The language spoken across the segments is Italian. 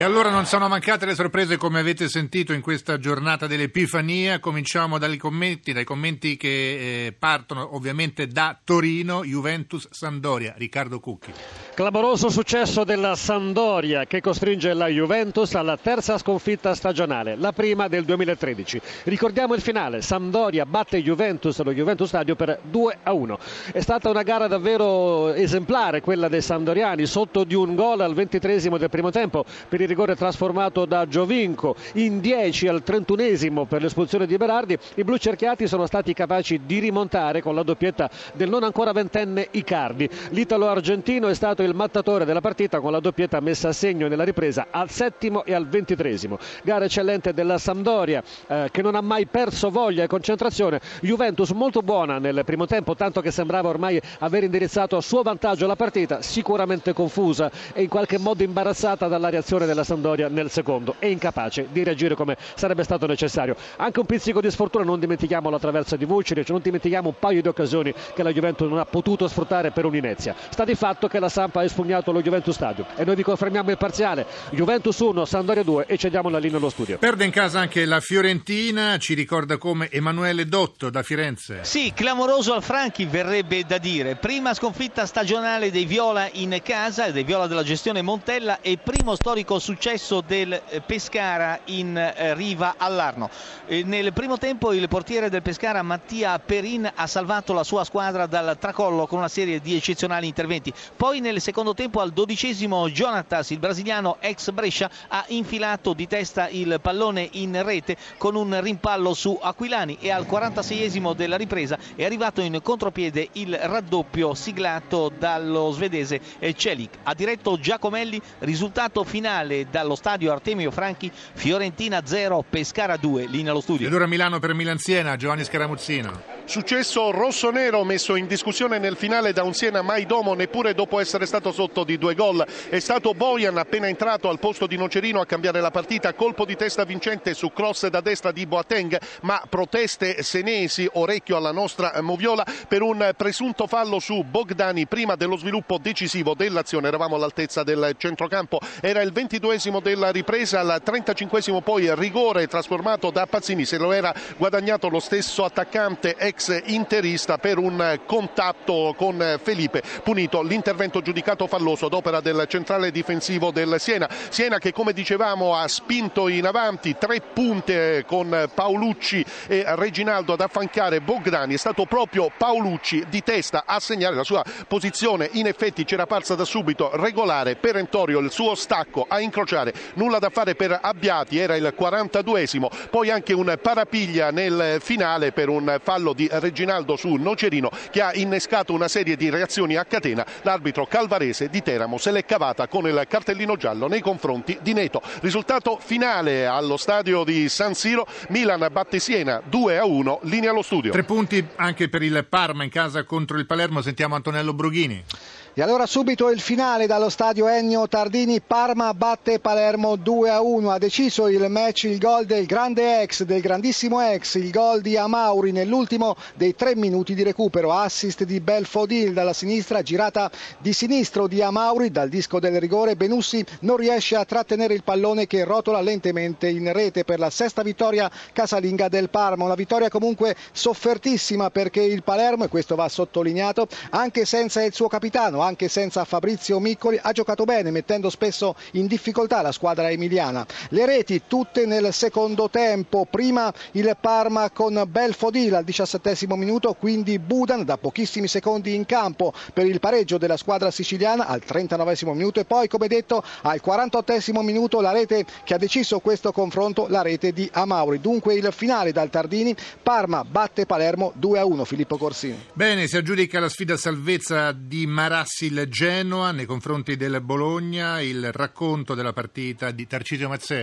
E allora non sono mancate le sorprese, come avete sentito in questa giornata dell'Epifania. Cominciamo dai commenti che partono ovviamente da Torino, Juventus-Sampdoria. Riccardo Cucchi. Clamoroso successo della Sampdoria che costringe la Juventus alla terza sconfitta stagionale, la prima del 2013. Ricordiamo il finale: Sampdoria batte Juventus allo Juventus Stadio per 2-1. È stata una gara davvero esemplare quella dei sampdoriani, sotto di un gol al 23esimo del primo tempo per il rigore trasformato da Giovinco, in 10 al 31esimo per l'espulsione di Berardi. I blu cerchiati sono stati capaci di rimontare con la doppietta del non ancora ventenne Icardi. L'italo-argentino è stato il mattatore della partita con la doppietta messa a segno nella ripresa al 7° e al 23esimo. Gara eccellente della Sampdoria che non ha mai perso voglia e concentrazione. Juventus molto buona nel primo tempo, tanto che sembrava ormai aver indirizzato a suo vantaggio la partita, sicuramente confusa e in qualche modo imbarazzata dalla reazione della Sampdoria nel secondo e incapace di reagire come sarebbe stato necessario. Anche un pizzico di sfortuna, non dimentichiamo la traversa di Vucinic, non dimentichiamo un paio di occasioni che la Juventus non ha potuto sfruttare per un'inezia. Sta di fatto che la Samp ha espugnato lo Juventus Stadio e noi vi confermiamo il parziale: Juventus 1, Sampdoria 2, e cediamo la linea allo studio. Perde in casa anche la Fiorentina, ci ricorda come Emanuele Dotto da Firenze. Sì, clamoroso al Franchi verrebbe da dire. Prima sconfitta stagionale dei Viola in casa, dei Viola della gestione Montella, e primo storico successo del Pescara in riva all'Arno. Nel primo tempo il portiere del Pescara, Mattia Perin, ha salvato la sua squadra dal tracollo con una serie di eccezionali interventi. Poi nel secondo tempo, al 12esimo, Jonatas, il brasiliano ex Brescia, ha infilato di testa il pallone in rete con un rimpallo su Aquilani, e al 46esimo della ripresa è arrivato in contropiede il raddoppio siglato dallo svedese Celik. Ha diretto Giacomelli. Risultato finale dallo stadio Artemio Franchi: Fiorentina 0, Pescara 2. Linea allo studio. Ed ora Milano per Milan-Siena, Giovanni Scaramuzzino. Successo rossonero messo in discussione nel finale da un Siena mai domo neppure dopo essere stato sotto di 2 gol. È stato Bojan, appena entrato al posto di Nocerino, a cambiare la partita. Colpo di testa vincente su cross da destra di Boateng, ma proteste senesi, orecchio alla nostra Moviola, per un presunto fallo su Bogdani prima dello sviluppo decisivo dell'azione. Eravamo all'altezza del centrocampo, era il 22esimo della ripresa, al 35esimo poi rigore trasformato da Pazzini. Se lo era guadagnato lo stesso attaccante ex interista per un contatto con Felipe, punito l'intervento giudicato falloso ad opera del centrale difensivo del Siena che, come dicevamo, ha spinto in avanti 3 punte con Paolucci e Reginaldo ad affiancare Bogdani. È stato proprio Paolucci di testa a segnare. La sua posizione in effetti c'era parsa da subito regolare, perentorio il suo stacco a incrociare, nulla da fare per Abbiati, era il 42esimo. Poi anche un parapiglia nel finale per un fallo di Reginaldo su Nocerino, che ha innescato una serie di reazioni a catena. L'arbitro Calvarese di Teramo se l'è cavata con il cartellino giallo nei confronti di Neto. Risultato finale allo stadio di San Siro: Milan batte Siena 2-1. Linea allo studio. 3 punti anche per il Parma in casa contro il Palermo. Sentiamo Antonello Brughini. E allora subito il finale dallo stadio Ennio Tardini. Parma batte Palermo 2-1. Ha deciso il match il gol del grande ex, del grandissimo ex, il gol di Amauri nell'ultimo dei 3 minuti di recupero. Assist di Belfodil dalla sinistra, girata di sinistro di Amauri dal disco del rigore. Benussi non riesce a trattenere il pallone che rotola lentamente in rete per la 6ª vittoria casalinga del Parma. Una vittoria comunque soffertissima, perché il Palermo, e questo va sottolineato, anche senza il suo capitano, anche senza Fabrizio Miccoli, ha giocato bene, mettendo spesso in difficoltà la squadra emiliana. Le reti tutte nel secondo tempo: prima il Parma con Belfodil al 17esimo minuto, quindi Budan da pochissimi secondi in campo per il pareggio della squadra siciliana al 39esimo minuto, e poi, come detto, al 48esimo minuto la rete che ha deciso questo confronto, la rete di Amauri. Dunque il finale dal Tardini: Parma batte Palermo 2-1. Filippo Corsini. Bene, si aggiudica la sfida salvezza di Marassi il Genoa nei confronti del Bologna. Il racconto della partita di Tarcisio Mazzeo.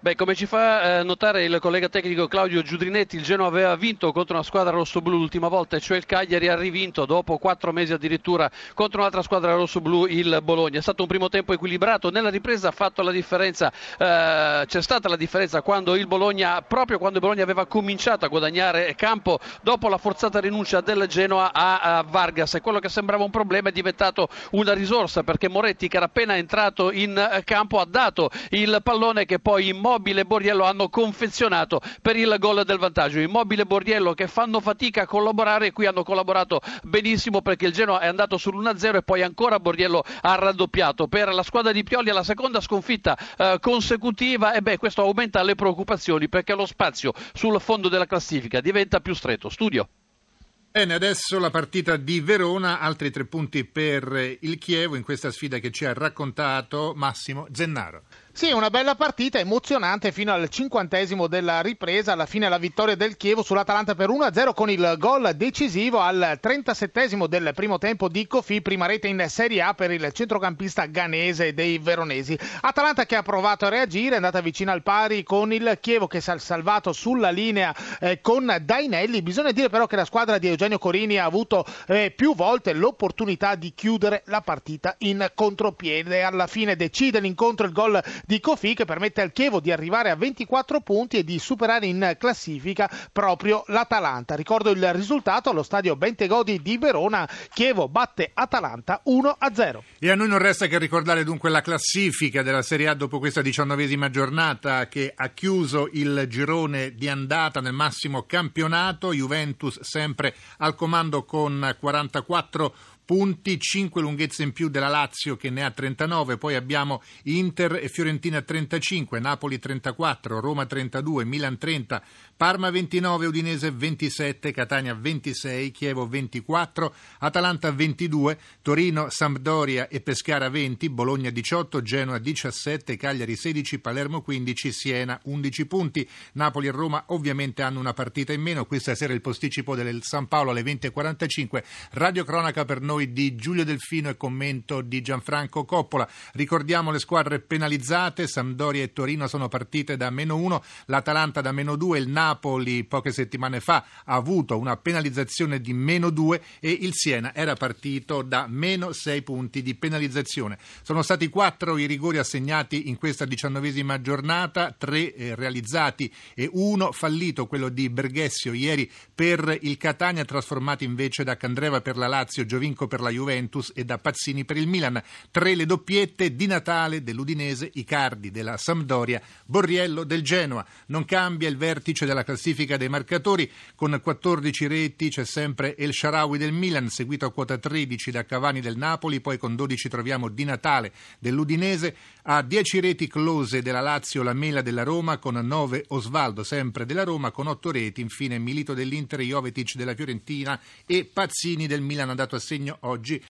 Beh, come ci fa notare il collega tecnico Claudio Giudrinetti, il Genoa aveva vinto contro una squadra rossoblù l'ultima volta, cioè il Cagliari ha rivinto dopo 4 mesi addirittura contro un'altra squadra rossoblù, il Bologna. È stato un primo tempo equilibrato, nella ripresa ha fatto la differenza, c'è stata la differenza quando il Bologna, proprio quando il Bologna aveva cominciato a guadagnare campo dopo la forzata rinuncia del Genoa a Vargas, e quello che sembrava un problema è diventato una risorsa, perché Moretti, che era appena entrato in campo, ha dato il pallone che poi Immobile e Borriello hanno confezionato per il gol del vantaggio. Immobile e Borriello che fanno fatica a collaborare, e qui hanno collaborato benissimo, perché il Genoa è andato sull'1-0 e poi ancora Borriello ha raddoppiato. Per la squadra di Pioli è la seconda sconfitta consecutiva, e questo aumenta le preoccupazioni, perché lo spazio sul fondo della classifica diventa più stretto. Studio. Bene, adesso la partita di Verona, altri 3 punti per il Chievo in questa sfida che ci ha raccontato Massimo Zennaro. Sì, una bella partita, emozionante fino al 50° della ripresa. Alla fine la vittoria del Chievo sull'Atalanta per 1-0 con il gol decisivo al 37° del primo tempo di Cofì, prima rete in Serie A per il centrocampista ghanese dei veronesi. Atalanta che ha provato a reagire, è andata vicina al pari con il Chievo, che si è salvato sulla linea con Dainelli. Bisogna dire però che la squadra di Eugenio Corini ha avuto più volte l'opportunità di chiudere la partita in contropiede. Alla fine decide l'incontro il gol di Cofì, che permette al Chievo di arrivare a 24 punti e di superare in classifica proprio l'Atalanta. Ricordo il risultato allo stadio Bentegodi di Verona: Chievo batte Atalanta 1-0. E a noi non resta che ricordare dunque la classifica della Serie A dopo questa 19ª giornata, che ha chiuso il girone di andata nel massimo campionato. Juventus sempre al comando con 44 punti, 5 lunghezze in più della Lazio che ne ha 39, poi abbiamo Inter e Fiorentina 35, Napoli 34, Roma 32, Milan 30, Parma 29, Udinese 27, Catania 26, Chievo 24, Atalanta 22, Torino, Sampdoria e Pescara 20, Bologna 18, Genoa 17, Cagliari 16, Palermo 15, Siena 11 punti. Napoli e Roma ovviamente hanno una partita in meno. Questa sera il posticipo del San Paolo alle 20:45, radiocronaca per noi di Giulio Delfino e commento di Gianfranco Coppola. Ricordiamo le squadre penalizzate: Sampdoria e Torino sono partite da -1, l'Atalanta da -2, il Napoli poche settimane fa ha avuto una penalizzazione di -2 e il Siena era partito da -6 punti di penalizzazione. Sono stati 4 i rigori assegnati in questa 19ª giornata, 3 realizzati e 1 fallito, quello di Berghessio ieri per il Catania, trasformati invece da Candreva per la Lazio, Giovinco per la Juventus e da Pazzini per il Milan. 3 le doppiette: Di Natale dell'Udinese, Icardi della Sampdoria, Borriello del Genoa. Non cambia il vertice della classifica dei marcatori, con 14 reti c'è sempre El Shaarawy del Milan, seguito a quota 13 da Cavani del Napoli, poi con 12 troviamo Di Natale dell'Udinese, a 10 reti Klose della Lazio, Lamela della Roma, con 9 Osvaldo sempre della Roma, con 8 reti infine Milito dell'Inter, Jovetic della Fiorentina e Pazzini del Milan, ha dato a segno oggi